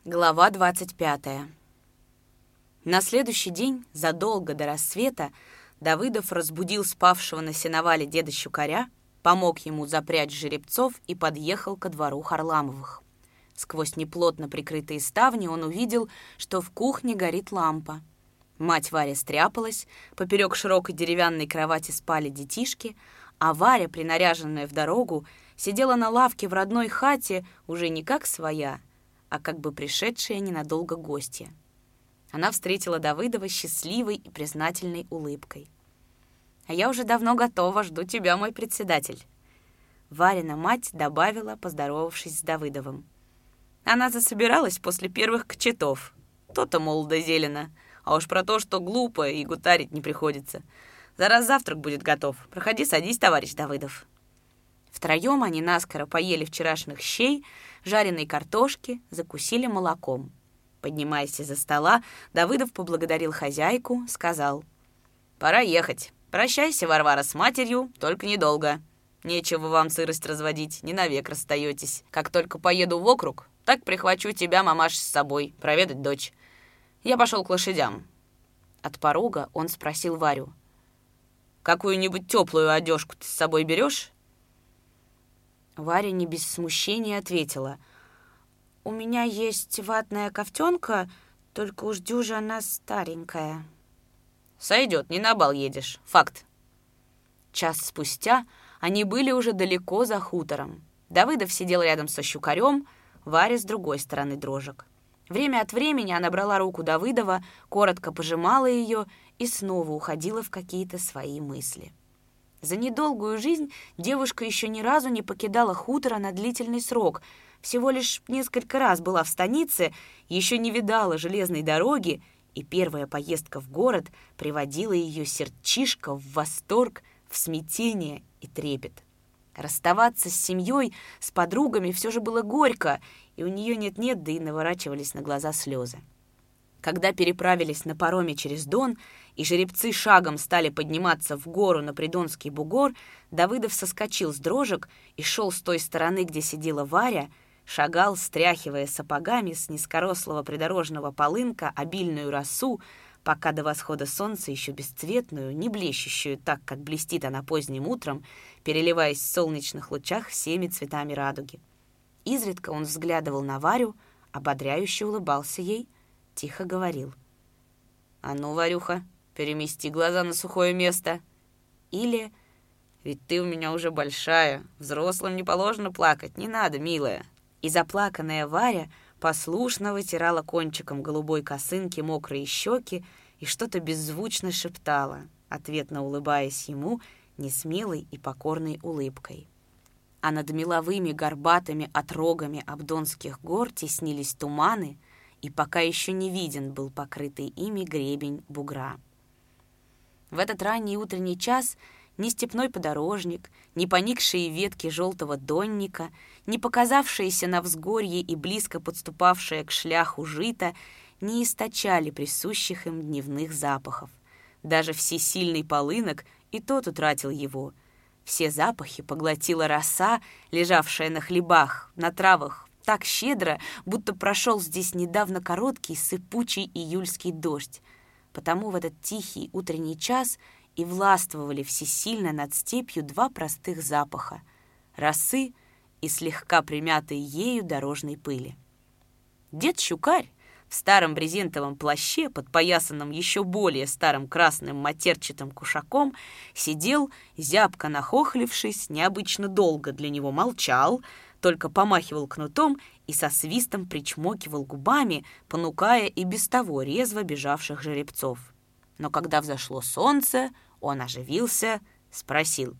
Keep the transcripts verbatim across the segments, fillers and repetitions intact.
Глава двадцать пятая. На следующий день, задолго до рассвета, Давыдов разбудил спавшего на сеновале деда Щукаря, помог ему запрячь жеребцов и подъехал ко двору Харламовых. Сквозь неплотно прикрытые ставни он увидел, что в кухне горит лампа. Мать Варя стряпалась, поперек широкой деревянной кровати спали детишки, а Варя, принаряженная в дорогу, сидела на лавке в родной хате уже не как своя, а как бы пришедшая ненадолго гостья. Она встретила Давыдова счастливой и признательной улыбкой. «А я уже давно готова, жду тебя, мой председатель». Варина мать добавила, поздоровавшись с Давыдовым. Она засобиралась после первых кочетов. То-то молодо зелено, а уж про то, что глупо и гутарить не приходится. За раз завтрак будет готов. Проходи, садись, товарищ Давыдов. Втроем они наскоро поели вчерашних щей, жареной картошки, закусили молоком. Поднимаясь из-за стола, Давыдов поблагодарил хозяйку, сказал: «Пора ехать. Прощайся, Варвара, с матерью, только недолго. Нечего вам сырость разводить, не навек расстаетесь. Как только поеду в округ, так прихвачу тебя, мамаш, с собой, проведать дочь. Я пошел к лошадям». От порога он спросил Варю: «Какую-нибудь теплую одежку ты с собой берешь?» Варя не без смущения ответила: «У меня есть ватная ковтенка, только уж дюжа она старенькая». «Сойдет, не на бал едешь. Факт». Час спустя они были уже далеко за хутором. Давыдов сидел рядом со Щукарем, Варя с другой стороны дрожек. Время от времени она брала руку Давыдова, коротко пожимала ее и снова уходила в какие-то свои мысли. За недолгую жизнь девушка еще ни разу не покидала хутора на длительный срок, всего лишь несколько раз была в станице, еще не видала железной дороги, и первая поездка в город приводила ее сердчишко в восторг, в смятение и трепет. Расставаться с семьей, с подругами все же было горько, и у нее нет-нет, да и наворачивались на глаза слезы. Когда переправились на пароме через Дон, и жеребцы шагом стали подниматься в гору на Придонский бугор, Давыдов соскочил с дрожек и шел с той стороны, где сидела Варя, шагал, стряхивая сапогами с низкорослого придорожного полынка обильную росу, пока до восхода солнца еще бесцветную, не блещущую так, как блестит она поздним утром, переливаясь в солнечных лучах всеми цветами радуги. Изредка он взглядывал на Варю, ободряюще улыбался ей, тихо говорил: «А ну, Варюха, перемести глаза на сухое место». Или: «Ведь ты у меня уже большая, взрослым не положено плакать, не надо, милая». И заплаканная Варя послушно вытирала кончиком голубой косынки мокрые щеки и что-то беззвучно шептала, ответно улыбаясь ему несмелой и покорной улыбкой. А над меловыми горбатыми отрогами Абдонских гор теснились туманы, и пока еще не виден был покрытый ими гребень бугра. В этот ранний утренний час ни степной подорожник, ни поникшие ветки желтого донника, ни показавшиеся на взгорье и близко подступавшие к шляху жито не источали присущих им дневных запахов. Даже всесильный полынок и тот утратил его. Все запахи поглотила роса, лежавшая на хлебах, на травах, так щедро, будто прошел здесь недавно короткий сыпучий июльский дождь. Потому в этот тихий утренний час и властвовали всесильно над степью два простых запаха — росы и слегка примятой ею дорожной пыли. Дед Щукарь в старом брезентовом плаще, подпоясанном еще более старым красным матерчатым кушаком, сидел, зябко нахохлившись, необычно долго для него молчал, только помахивал кнутом и со свистом причмокивал губами, понукая и без того резво бежавших жеребцов. Но когда взошло солнце, он оживился, спросил: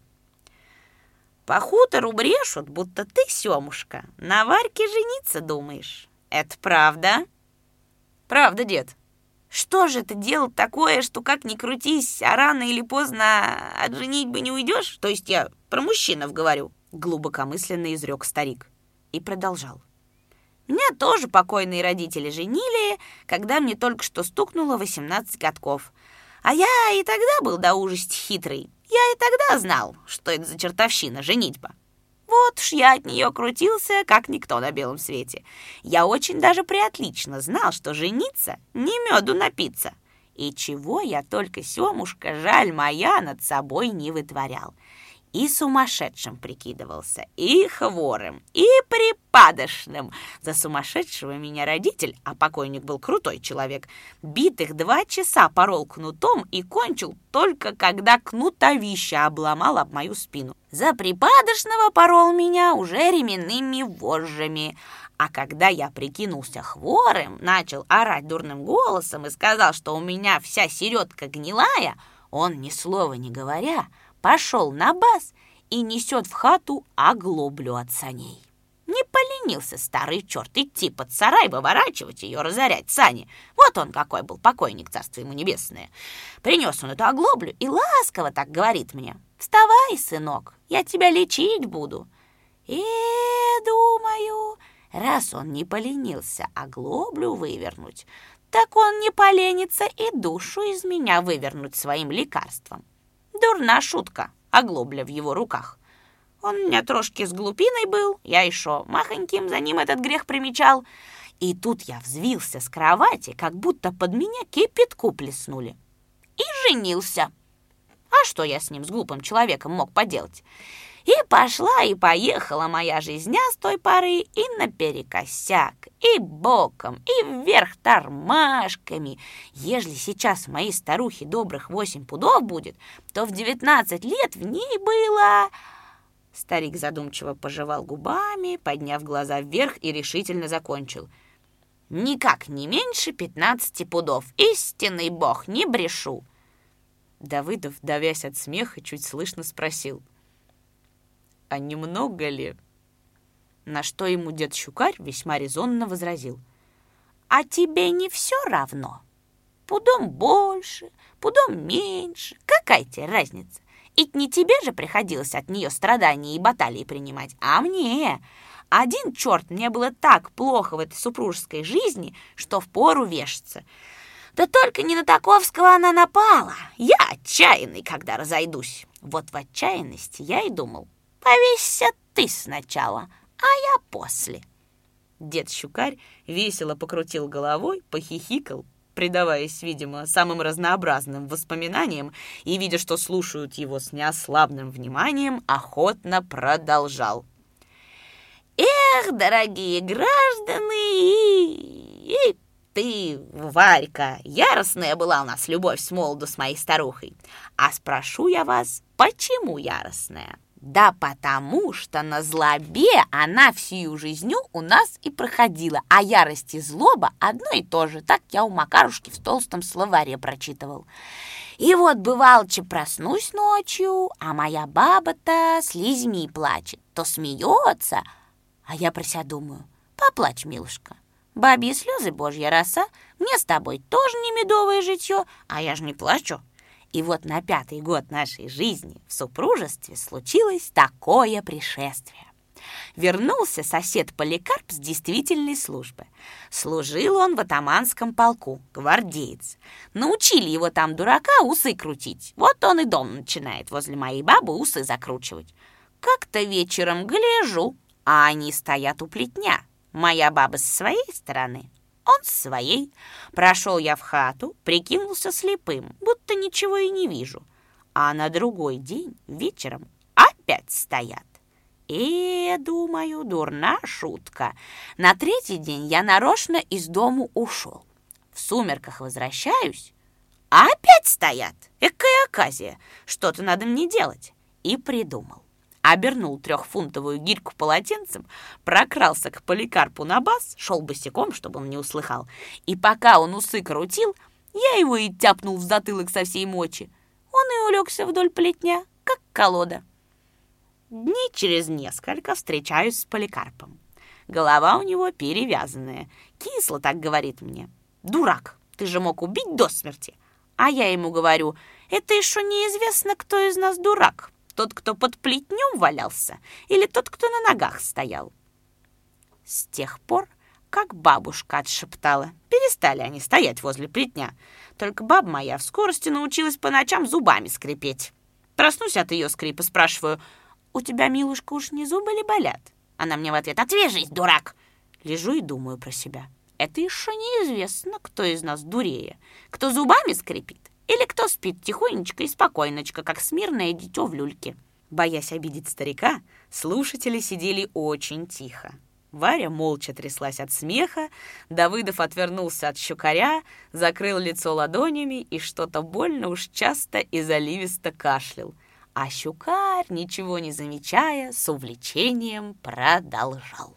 «По хутору брешут, будто ты, Семушка, на Варьке жениться думаешь. Это правда?» «Правда, дед». «Что же ты делал такое, что, как ни крутись, а рано или поздно от женитьбы не уйдешь? То есть я про мужчинов говорю», — глубокомысленно изрек старик. И продолжал: «Меня тоже покойные родители женили, когда мне только что стукнуло восемнадцать годков. А я и тогда был до ужасти хитрый. Я и тогда знал, что это за чертовщина, женитьба. Вот уж я от нее крутился, как никто на белом свете. Я очень даже приотлично знал, что жениться не меду напиться. И чего я только, Семушка, жаль моя, над собой не вытворял. И сумасшедшим прикидывался, и хворым, и припадочным. За сумасшедшего меня родитель, а покойник был крутой человек, битых два часа порол кнутом и кончил только когда кнутовище обломал об мою спину. За припадочного порол меня уже ременными вожжами. А когда я прикинулся хворым, начал орать дурным голосом и сказал, что у меня вся середка гнилая, он, ни слова не говоря, пошел на баз и несет в хату оглоблю от саней. Не поленился старый черт идти под сарай, выворачивать ее, разорять сани. Вот он какой был покойник, царство ему небесное. Принес он эту оглоблю и ласково так говорит мне: «Вставай, сынок, я тебя лечить буду». И думаю, раз он не поленился оглоблю вывернуть, так он не поленится и душу из меня вывернуть своим лекарством. Дурна шутка, оглобля в его руках. Он у меня трошки с глупиной был, я еще махоньким за ним этот грех примечал. И тут я взвился с кровати, как будто под меня кипятку плеснули. И женился. А что я с ним, с глупым человеком, мог поделать? И пошла, и поехала моя жизня с той поры и наперекосяк, и боком, и вверх тормашками. Ежели сейчас моей старухе добрых восемь пудов будет, то в девятнадцать лет в ней было... Старик задумчиво пожевал губами, подняв глаза вверх и решительно закончил: «Никак не меньше пятнадцати пудов, истинный бог, не брешу». Давыдов, давясь от смеха, чуть слышно спросил: «А немного ли?» На что ему дед Щукарь весьма резонно возразил: «А тебе не все равно? Пудом больше, пудом меньше, какая тебе разница? Ведь не тебе же приходилось от нее страдания и баталии принимать, а мне. Один черт, мне было так плохо в этой супружеской жизни, что впору вешаться. Да только не на таковского она напала. Я отчаянный, когда разойдусь. Вот в отчаянности я и думал: повесься ты сначала, а я после». Дед Щукарь весело покрутил головой, похихикал, предаваясь, видимо, самым разнообразным воспоминаниям, и, видя, что слушают его с неослабным вниманием, охотно продолжал: «Эх, дорогие граждане, и, и ты, Варька, яростная была у нас любовь с молоду с моей старухой. А спрошу я вас, почему яростная? Да потому, что на злобе она всю жизнью у нас и проходила, а ярость и злоба одно и то же, так я у Макарушки в толстом словаре прочитывал. И вот бывалче проснусь ночью, а моя баба-то слизьми плачет, то смеется, а я про себя думаю: поплачь, милушка, бабьи слезы, божья роса, мне с тобой тоже не медовое житье, а я же не плачу». И вот на пятый год нашей жизни в супружестве случилось такое пришествие. Вернулся сосед Поликарп с действительной службы. Служил он в атаманском полку, гвардеец. Научили его там, дурака, усы крутить. Вот он и дом начинает возле моей бабы усы закручивать. Как-то вечером гляжу, а они стоят у плетня. Моя баба с своей стороны, он с своей. Прошел я в хату, прикинулся слепым, будто ничего и не вижу. А на другой день вечером опять стоят. И, думаю, дурна шутка. На третий день я нарочно из дому ушел. В сумерках возвращаюсь, а опять стоят. Экая оказия, что-то надо мне делать. И придумал. Обернул трехфунтовую гирьку полотенцем, прокрался к Поликарпу на бас, шел босиком, чтобы он не услыхал, и пока он усы крутил, я его и тяпнул в затылок со всей мочи. Он и улегся вдоль плетня, как колода. Дней через несколько встречаюсь с Поликарпом. Голова у него перевязанная, кисло так говорит мне: «Дурак, ты же мог убить до смерти». А я ему говорю: «Это еще неизвестно, кто из нас дурак. Тот, кто под плетнем валялся, или тот, кто на ногах стоял». С тех пор, как бабушка отшептала, перестали они стоять возле плетня. Только баба моя в скорости научилась по ночам зубами скрипеть. Проснусь от ее скрипа, спрашиваю: у тебя, милушка, уж не зубы ли болят?» Она мне в ответ: «Отвяжись, дурак!» Лежу и думаю про себя. Это еще неизвестно, кто из нас дурее. Кто зубами скрипит или кто спит тихонечко и спокойночко, как смирное дитё в люльке. Боясь обидеть старика, слушатели сидели очень тихо. Варя молча тряслась от смеха, Давыдов отвернулся от щукаря, закрыл лицо ладонями и что-то больно уж часто и заливисто кашлял. А щукарь, ничего не замечая, с увлечением продолжал.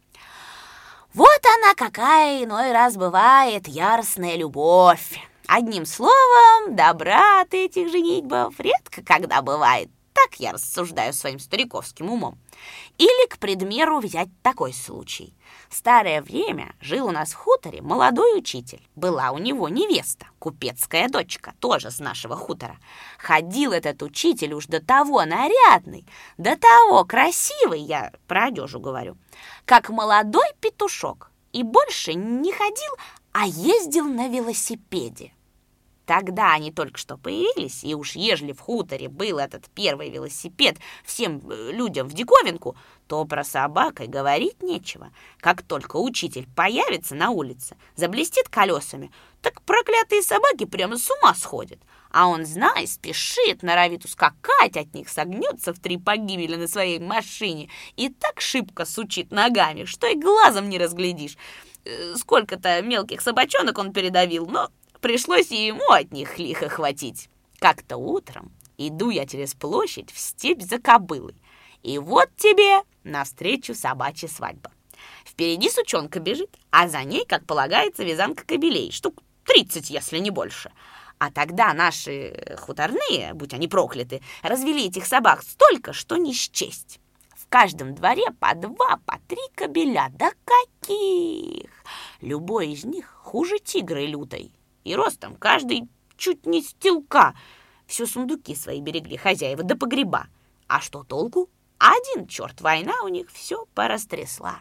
«Вот она какая иной раз бывает яростная любовь. Одним словом, добра от этих женитьбов редко когда бывает. Так я рассуждаю своим стариковским умом. Или, к примеру, взять такой случай. В старое время жил у нас в хуторе молодой учитель. Была у него невеста, купецкая дочка, тоже с нашего хутора. Ходил этот учитель уж до того нарядный, до того красивый, я про одежу говорю, как молодой петушок. И больше не ходил, а ездил на велосипеде. Тогда они только что появились, и уж ежели в хуторе был этот первый велосипед всем людям в диковинку, то про собак и говорить нечего. Как только учитель появится на улице, заблестит колесами, так проклятые собаки прямо с ума сходят. А он, знай, спешит, норовит ускакать от них, согнется в три погибели на своей машине и так шибко сучит ногами, что и глазом не разглядишь. Сколько-то мелких собачонок он передавил, но пришлось и ему от них лихо хватить. Как-то утром иду я через площадь в степь за кобылой. И вот тебе навстречу собачья свадьба. Впереди сучонка бежит, а за ней, как полагается, вязанка кобелей, штук тридцать, если не больше. А тогда наши хуторные, будь они прокляты, развели этих собак столько, что не счесть. В каждом дворе по два, по три кобеля. Да каких! Любой из них хуже тигры лютой. И ростом каждый чуть не с телка. Все сундуки свои берегли хозяева до погреба. А что толку? Один черт, война у них все порастрясла.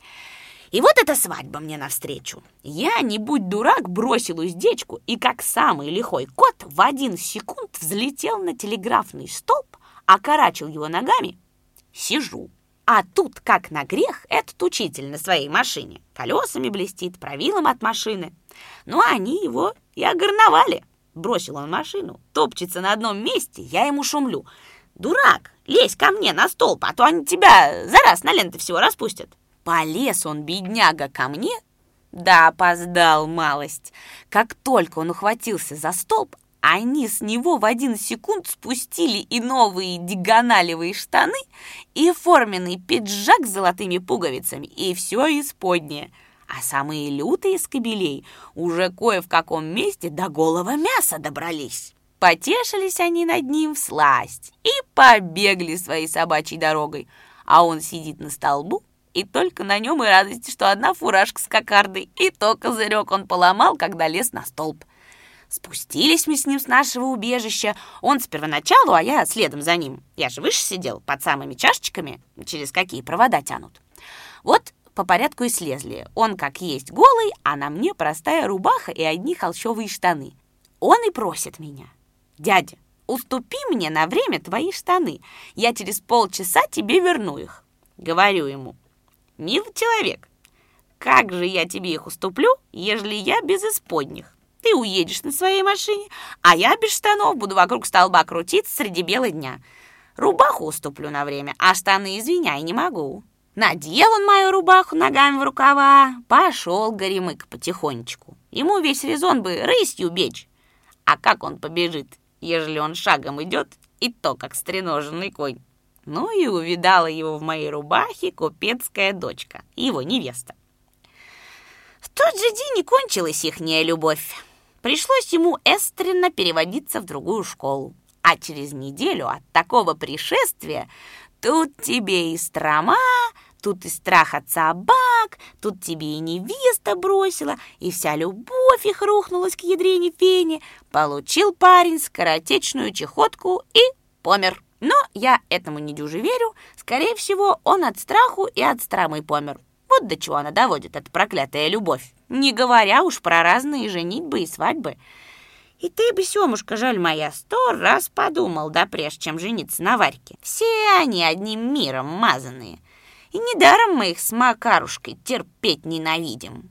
И вот эта свадьба мне навстречу. Я, не будь дурак, бросил уздечку и, как самый лихой кот, в один секунд взлетел на телеграфный столб, окорачил его ногами. Сижу. А тут, как на грех, этот учитель на своей машине колесами блестит, правилом от машины. Ну, они его и огорновали. Бросил он машину, топчется на одном месте, я ему шумлю: «Дурак, лезь ко мне на столб, а то они тебя за раз на ленты всего распустят». Полез он, бедняга, ко мне, да опоздал малость. Как только он ухватился за столб, они с него в один секунд спустили и новые диагоналевые штаны, и форменный пиджак с золотыми пуговицами, и все исподнее. А самые лютые из кобелей уже кое в каком месте до голого мяса добрались. Потешились они над ним всласть и побегли своей собачьей дорогой. А он сидит на столбу, и только на нем и радость, что одна фуражка с кокардой, и то козырек он поломал, когда лез на столб. Спустились мы с ним с нашего убежища. Он с первоначалу, а я следом за ним. Я же выше сидел, под самыми чашечками, через какие провода тянут. Вот по порядку и слезли. Он как есть голый, а на мне простая рубаха и одни холщовые штаны. Он и просит меня: «Дядя, уступи мне на время твои штаны. Я через полчаса тебе верну их». Говорю ему: «Милый человек, как же я тебе их уступлю, ежели я без исподних? Ты уедешь на своей машине, а я без штанов буду вокруг столба крутиться среди бела дня. Рубаху уступлю на время, а штаны, извиняй, не могу». Надел он мою рубаху ногами в рукава, пошел горемык потихонечку. Ему весь резон бы рысью бечь. А как он побежит, ежели он шагом идет, и то, как стреноженный конь? Ну и увидала его в моей рубахе купецкая дочка, его невеста. В тот же день и кончилась ихняя любовь. Пришлось ему экстренно переводиться в другую школу. А через неделю от такого пришествия тут тебе и строма, тут и страх от собак, тут тебе и невеста бросила, и вся любовь их рухнулась к ядрене фени. Получил парень скоротечную чехотку и помер. Но я этому не дюже верю. Скорее всего, он от страху и от стромы помер. Вот до чего она доводит, эта проклятая любовь. Не говоря уж про разные женитьбы и свадьбы. И ты бы, Семушка, жаль моя, сто раз подумал, да прежде чем жениться на Варьке. Все они одним миром мазанные. И недаром мы их с Макарушкой терпеть ненавидим.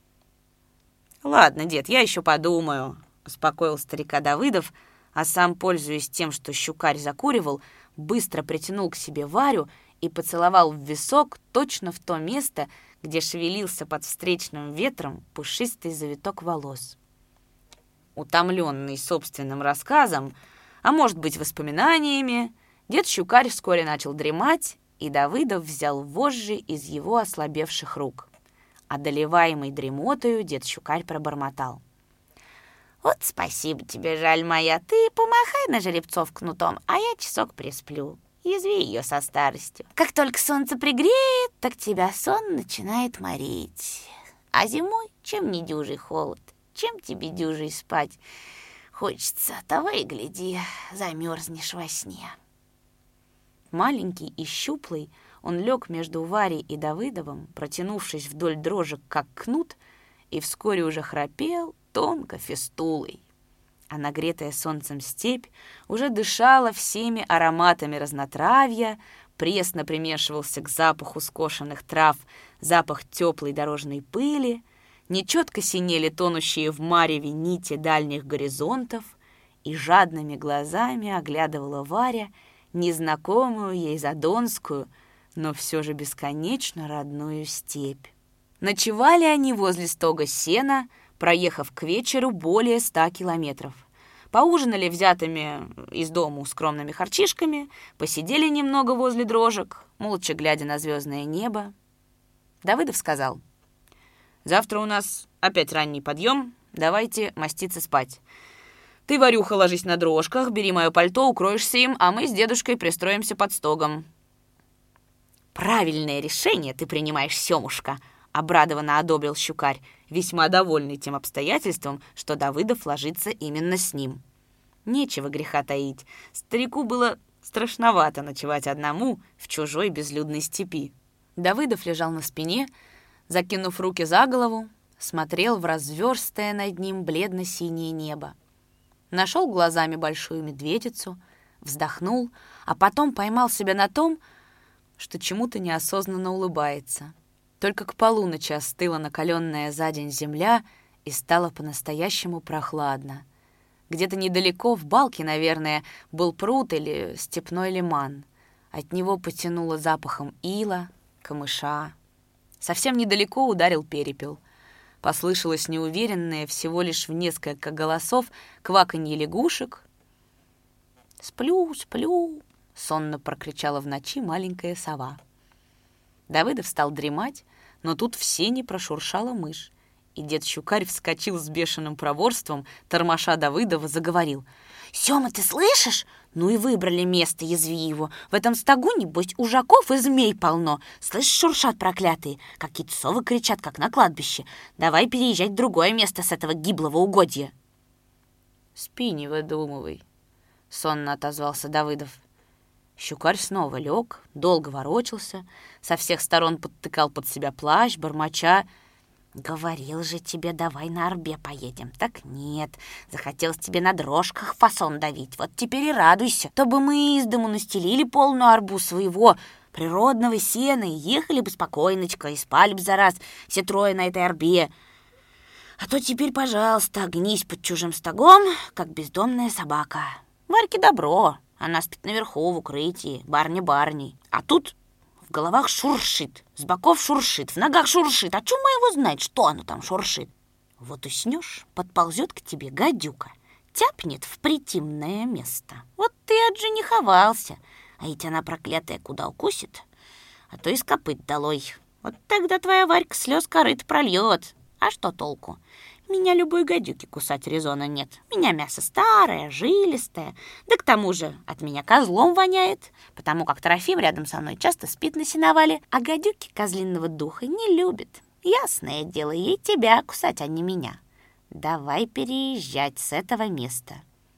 Ладно, дед, я еще подумаю, успокоил старика Давыдов, а сам, пользуясь тем, что щукарь закуривал, быстро притянул к себе Варю и поцеловал в висок точно в то место, где шевелился под встречным ветром пушистый завиток волос. Утомленный собственным рассказом, а может быть воспоминаниями, дед Щукарь вскоре начал дремать, и Давыдов взял вожжи из его ослабевших рук. Одолеваемый дремотою, дед Щукарь пробормотал: «Вот спасибо тебе, жаль моя, ты помахай на жеребцов кнутом, а я часок присплю. Язви ее со старостью. Как только солнце пригреет, так тебя сон начинает морить. А зимой чем не дюжий холод, чем тебе дюжий спать хочется, того и гляди, замерзнешь во сне». Маленький и щуплый, он лег между Варей и Давыдовым, протянувшись вдоль дрожек, как кнут, и вскоре уже храпел тонко фистулой. А нагретая солнцем степь уже дышала всеми ароматами разнотравья, пресно примешивался к запаху скошенных трав запах теплой дорожной пыли, нечетко синели тонущие в мареве нити дальних горизонтов, и жадными глазами оглядывала Варя незнакомую ей задонскую, но все же бесконечно родную степь. Ночевали они возле стога сена, проехав к вечеру более ста километров. Поужинали взятыми из дому скромными харчишками, посидели немного возле дрожек, молча глядя на звездное небо. Давыдов сказал: «Завтра у нас опять ранний подъем, давайте маститься спать. Ты, Варюха, ложись на дрожках, бери мое пальто, укроешься им, а мы с дедушкой пристроимся под стогом». «Правильное решение ты принимаешь, Семушка», — обрадованно одобрил Щукарь, весьма довольный тем обстоятельством, что Давыдов ложится именно с ним. Нечего греха таить, старику было страшновато ночевать одному в чужой безлюдной степи. Давыдов лежал на спине, закинув руки за голову, смотрел в разверстое над ним бледно-синее небо. Нашел глазами большую медведицу, вздохнул, а потом поймал себя на том, что чему-то неосознанно улыбается. Только к полуночи остыла накаленная за день земля и стало по-настоящему прохладно. Где-то недалеко, в балке, наверное, был пруд или степной лиман. От него потянуло запахом ила, камыша. Совсем недалеко ударил перепел. Послышалось неуверенное, всего лишь в несколько голосов, кваканье лягушек. «Сплю, сплю!» — сонно прокричала в ночи маленькая сова. Давыдов стал дремать, но тут в сене прошуршала мышь, и дед Щукарь вскочил с бешеным проворством, тормоша Давыдова, заговорил: «Сёма, ты слышишь? Ну и выбрали место, язви его. В этом стогу, небось, ужаков и змей полно. Слышишь, шуршат проклятые, какие-то совы кричат, как на кладбище. Давай переезжать в другое место с этого гиблого угодья». «Спи, не выдумывай», — сонно отозвался Давыдов. Щукарь снова лег, долго ворочался, со всех сторон подтыкал под себя плащ, бормоча: «Говорил же тебе, давай на арбе поедем. Так нет, захотелось тебе на дрожках фасон давить. Вот теперь и радуйся, то бы мы из дому настелили полную арбу своего природного сена и ехали бы спокойночко, и спали бы за раз все трое на этой арбе. А то теперь, пожалуйста, гнись под чужим стогом, как бездомная собака. Варьке добро, она спит наверху в укрытии, барни барней. А тут в головах шуршит, с боков шуршит, в ногах шуршит. А чума его знает, что оно там шуршит? Вот уснешь, подползет к тебе гадюка, тяпнет в притимное место. Вот ты отжениховался, а ведь она проклятая куда укусит, а то из копыт долой. Вот тогда твоя Варька слез корыт прольет. А что толку? Меня любой гадюки кусать резона нет. Меня мясо старое, жилистое. Да к тому же от меня козлом воняет, потому как Трофим рядом со мной часто спит на сеновале, а гадюки козлиного духа не любят. Ясное дело, ей тебя кусать, а не меня. Давай переезжать с этого места».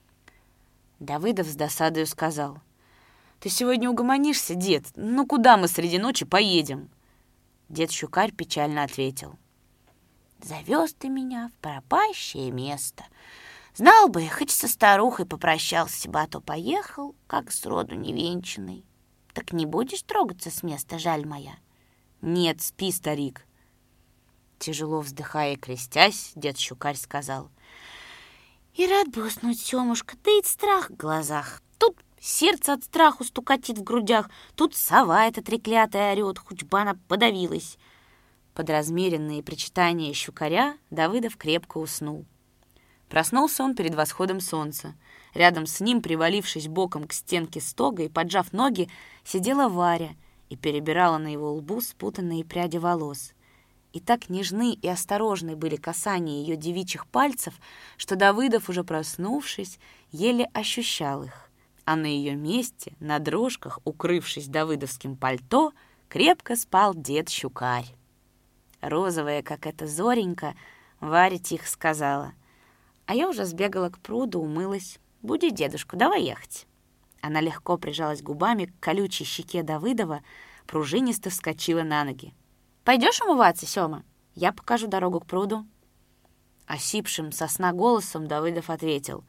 Давыдов с досадою сказал: «Ты сегодня угомонишься, дед? Ну куда мы среди ночи поедем?» Дед Щукарь печально ответил: «Завез ты меня в пропащее место. Знал бы, хоть со старухой попрощался бы, а то поехал, как сроду невенчанный. Так не будешь трогаться с места, жаль моя? Нет, спи, старик. Тяжело вздыхая и крестясь, дед Щукарь сказал: и рад бы уснуть, Семушка, да и страх в глазах. Тут сердце от страху стукатит в грудях, тут сова эта треклятая орет, хоть бы она подавилась. Под размеренные причитания Щукаря Давыдов крепко уснул. Проснулся он перед восходом солнца. Рядом с ним, привалившись боком к стенке стога и поджав ноги, сидела Варя и перебирала на его лбу спутанные пряди волос. И так нежны и осторожны были касания ее девичьих пальцев, что Давыдов, уже проснувшись, еле ощущал их. А на ее месте, на дрожках, укрывшись давыдовским пальто, крепко спал дед Щукарь. Розовая, как эта зоренька, Варя тихо сказала: «А я уже сбегала к пруду, умылась. Буди дедушку, давай ехать». Она легко прижалась губами к колючей щеке Давыдова, пружинисто вскочила на ноги. «Пойдешь умываться, Сёма? Я покажу дорогу к пруду». Осипшим со сна голосом Давыдов ответил: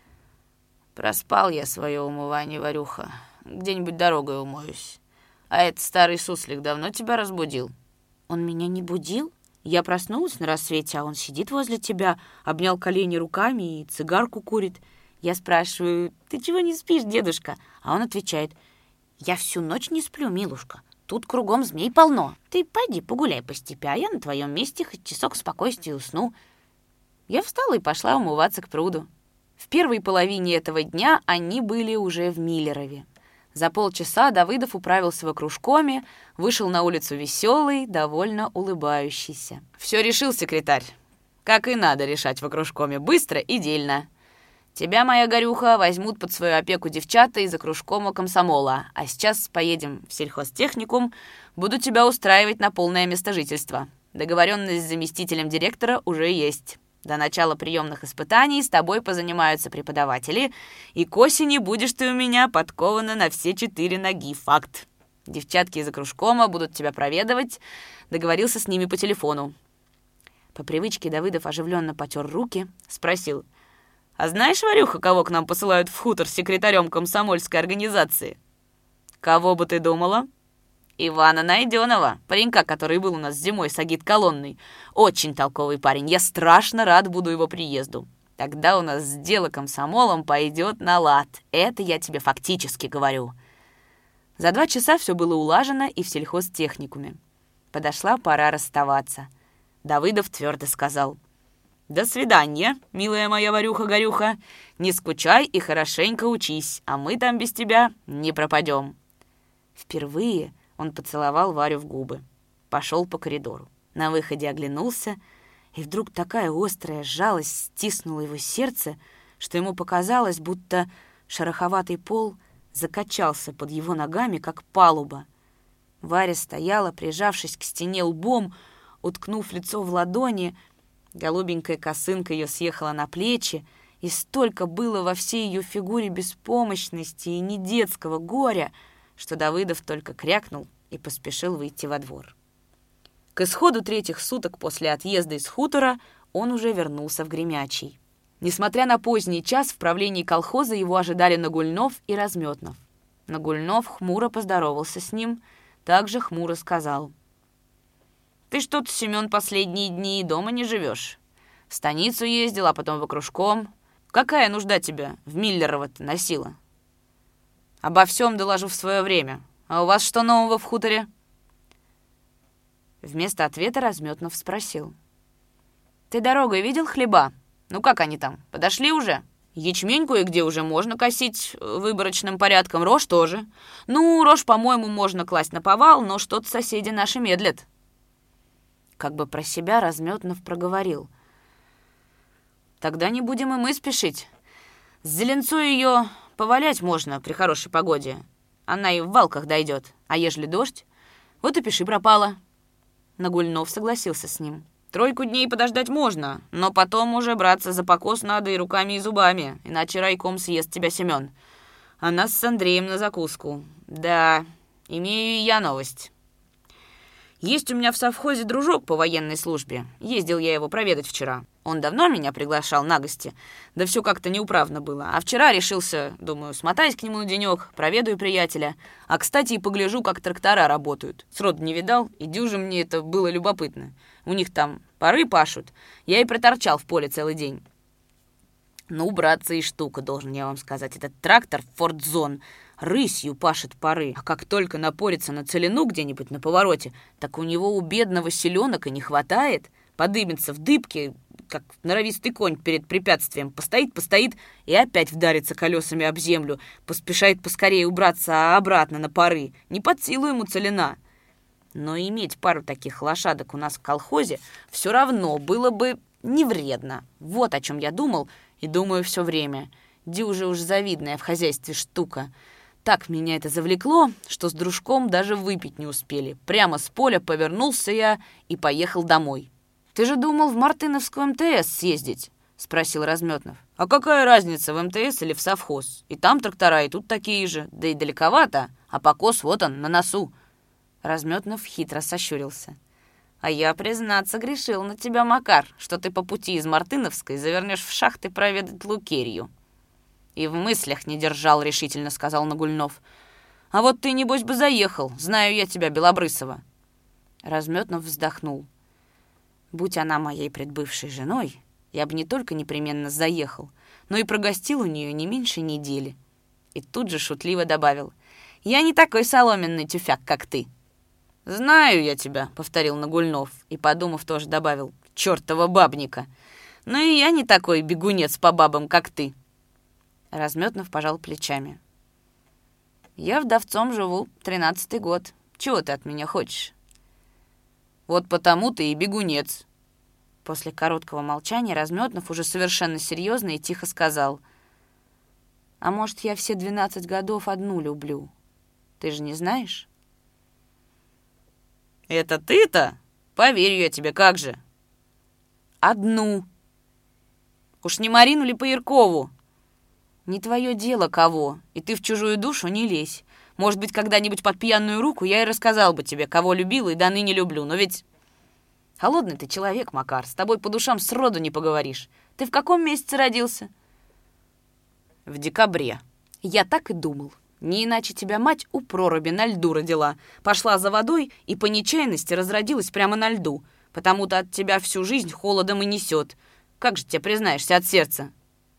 «Проспал я свое умывание, Варюха. Где-нибудь дорогой умоюсь. А этот старый суслик давно тебя разбудил?» «Он меня не будил. Я проснулась на рассвете, а он сидит возле тебя, обнял колени руками и цигарку курит. Я спрашиваю: ты чего не спишь, дедушка?» А он отвечает: «Я всю ночь не сплю, милушка. Тут кругом змей полно. Ты пойди погуляй по степи, а я на твоем месте хоть часок спокойствия усну». Я встала и пошла умываться к пруду. В первой половине этого дня они были уже в Миллерове. За полчаса Давыдов управился в окружкоме, вышел на улицу веселый, довольно улыбающийся. «Все решил, секретарь. Как и надо решать в окружкоме, быстро и дельно. Тебя, моя горюха, возьмут под свою опеку девчата из окружкома комсомола, а сейчас поедем в сельхозтехникум, буду тебя устраивать на полное место жительства. Договоренность с заместителем директора уже есть. До начала приемных испытаний с тобой позанимаются преподаватели, и к осени будешь ты у меня подкована на все четыре ноги. Факт. Девчатки из окружкома будут тебя проведывать. Договорился с ними по телефону». По привычке Давыдов оживленно потер руки, спросил: «А знаешь, Варюха, кого к нам посылают в хутор секретарем комсомольской организации?» «Кого бы ты думала?» «Ивана Найденова, паренька, который был у нас зимой с агит-колонной. Очень толковый парень, я страшно рад буду его приезду. Тогда у нас дело комсомолом пойдет на лад. Это я тебе фактически говорю». За два часа все было улажено и в сельхозтехникуме. Подошла пора расставаться. Давыдов твердо сказал: «До свидания, милая моя Варюха-горюха. Не скучай и хорошенько учись, а мы там без тебя не пропадем». Впервые он поцеловал Варю в губы. Пошел по коридору. На выходе оглянулся, и вдруг такая острая жалость стиснула его сердце, что ему показалось, будто шероховатый пол закачался под его ногами, как палуба. Варя стояла, прижавшись к стене лбом, уткнув лицо в ладони. Голубенькая косынка ее съехала на плечи, и столько было во всей ее фигуре беспомощности и недетского горя, что Давыдов только крякнул и поспешил выйти во двор. К исходу третьих суток после отъезда из хутора он уже вернулся в Гремячий. Несмотря на поздний час, в правлении колхоза его ожидали Нагульнов и Разметнов. Нагульнов хмуро поздоровался с ним, также хмуро сказал: «Ты что-то, Семен, последние дни дома не живешь. В станицу ездил, а потом в окружком. Какая нужда тебя в Миллерово-то носила? Обо всем доложу в свое время. А у вас что нового в хуторе?» Вместо ответа Разметнов спросил: «Ты дорогой видел хлеба? Ну как они там, подошли уже? Ячмень кое-где уже можно косить выборочным порядком, рожь тоже. Ну, рожь, по-моему, можно класть на повал, но что-то соседи наши медлят». Как бы про себя Разметнов проговорил: «Тогда не будем и мы спешить. С зеленцу ее повалять можно при хорошей погоде. Она и в валках дойдет. А ежели дождь, вот и пиши пропало». Нагульнов согласился с ним. «Тройку дней подождать можно, но потом уже браться за покос надо и руками, и зубами, иначе райком съест тебя Семен. А нас с Андреем на закуску. Да, имею и я новость. Есть у меня в совхозе дружок по военной службе. Ездил я его проведать вчера. Он давно меня приглашал на гости, да все как-то неуправно было. А вчера решился, думаю, смотаюсь к нему на денек, проведаю приятеля. А, кстати, и погляжу, как трактора работают. Сроду не видал, и дюже мне это было любопытно. У них там поры пашут. Я и проторчал в поле целый день. Ну, братцы, и штука, должен я вам сказать. Этот трактор «Фордзон» рысью пашет поры. А как только напорится на целину где-нибудь на повороте, так у него у бедного селенок и не хватает. Подымется в дыбке, как норовистый конь перед препятствием. Постоит, постоит и опять вдарится колесами об землю. Поспешает поскорее убраться обратно на поры. Не под силу ему целина. Но иметь пару таких лошадок у нас в колхозе все равно было бы не вредно. Вот о чем я думал и думаю все время. Дюже уж завидная в хозяйстве штука. Так меня это завлекло, что с дружком даже выпить не успели. Прямо с поля повернулся я и поехал домой. «Ты же думал в Мартыновскую эм тэ эс съездить?» — спросил Разметнов. «А какая разница, в эм тэ эс или в совхоз? И там трактора, и тут такие же. Да и далековато, а покос вот он, на носу». Разметнов хитро сощурился. «А я, признаться, грешил на тебя, Макар, что ты по пути из Мартыновской завернешь в шахты проведать Лукерью». «И в мыслях не держал», — решительно сказал Нагульнов. «А вот ты, небось, бы заехал. Знаю я тебя, Белобрысова». Разметнов вздохнул. «Будь она моей предбывшей женой, я бы не только непременно заехал, но и прогостил у нее не меньше недели». И тут же шутливо добавил. «Я не такой соломенный тюфяк, как ты». «Знаю я тебя», — повторил Нагульнов, и, подумав, тоже добавил. «Чёртова бабника! Ну и я не такой бегунец по бабам, как ты». Разметнов пожал плечами. «Я вдовцом живу, тринадцатый год. Чего ты от меня хочешь?» «Вот потому ты и бегунец». После короткого молчания Разметнов уже совершенно серьезно и тихо сказал. «А может, я все двенадцать годов одну люблю? Ты же не знаешь?» «Это ты-то? Поверю я тебе, как же?» «Одну». «Уж не Марину ли Паяркову?» «Не твое дело, кого, и ты в чужую душу не лезь. Может быть, когда-нибудь под пьяную руку я и рассказал бы тебе, кого любил и до ныне люблю, но ведь...» «Холодный ты человек, Макар, с тобой по душам сроду не поговоришь. Ты в каком месяце родился?» «В декабре». «Я так и думал. Не иначе тебя мать у проруби на льду родила. Пошла за водой и по нечаянности разродилась прямо на льду. Потому-то от тебя всю жизнь холодом и несет. Как же тебе признаешься от сердца?»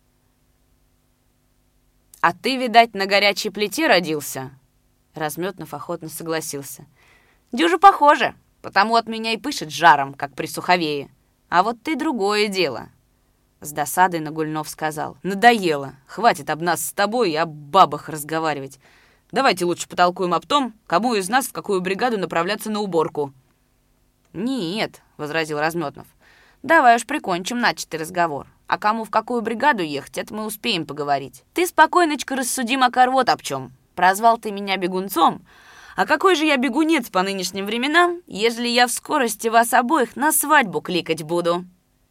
«А ты, видать, на горячей плите родился?» Разметнов охотно согласился. «Дюже похоже, потому от меня и пышет жаром, как при суховее. А вот ты другое дело». С досадой Нагульнов сказал. «Надоело. Хватит об нас с тобой и об бабах разговаривать. Давайте лучше потолкуем об том, кому из нас в какую бригаду направляться на уборку». «Нет», — возразил Разметнов. «Давай уж прикончим начатый разговор. А кому в какую бригаду ехать, это мы успеем поговорить. Ты спокойночко рассуди, Макар, вот об чем. Прозвал ты меня бегунцом. А какой же я бегунец по нынешним временам, ежели я в скорости вас обоих на свадьбу кликать буду?»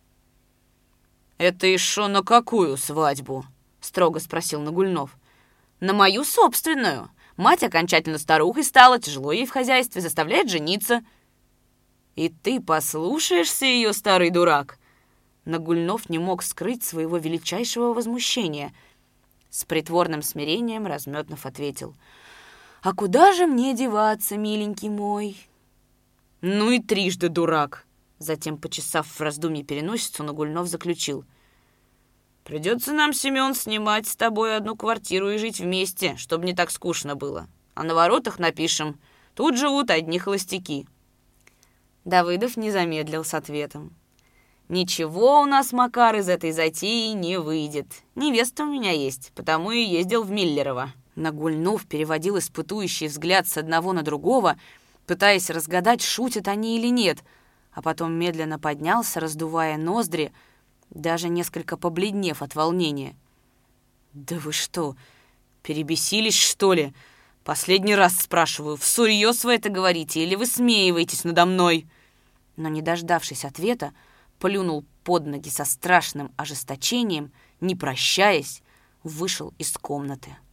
«Это еще на какую свадьбу?» — строго спросил Нагульнов. «На мою собственную. Мать окончательно старухой стала, тяжело ей в хозяйстве, заставляет жениться». «И ты послушаешься ее, старый дурак?» Нагульнов не мог скрыть своего величайшего возмущения. С притворным смирением Разметнов ответил. «А куда же мне деваться, миленький мой?» «Ну и трижды дурак!» Затем, почесав в раздумье переносицу, Нагульнов заключил. «Придется нам, Семен, снимать с тобой одну квартиру и жить вместе, чтобы не так скучно было. А на воротах напишем: тут живут одни холостяки». Давыдов не замедлил с ответом. «Ничего у нас, Макар, из этой затеи не выйдет. Невеста у меня есть, потому и ездил в Миллерово». Нагульнов переводил испытующий взгляд с одного на другого, пытаясь разгадать, шутят они или нет, а потом медленно поднялся, раздувая ноздри, даже несколько побледнев от волнения. «Да вы что, перебесились, что ли? Последний раз спрашиваю, всерьез вы это говорите или вы смеиваетесь надо мной?» Но, не дождавшись ответа, плюнул под ноги со страшным ожесточением, не прощаясь, вышел из комнаты.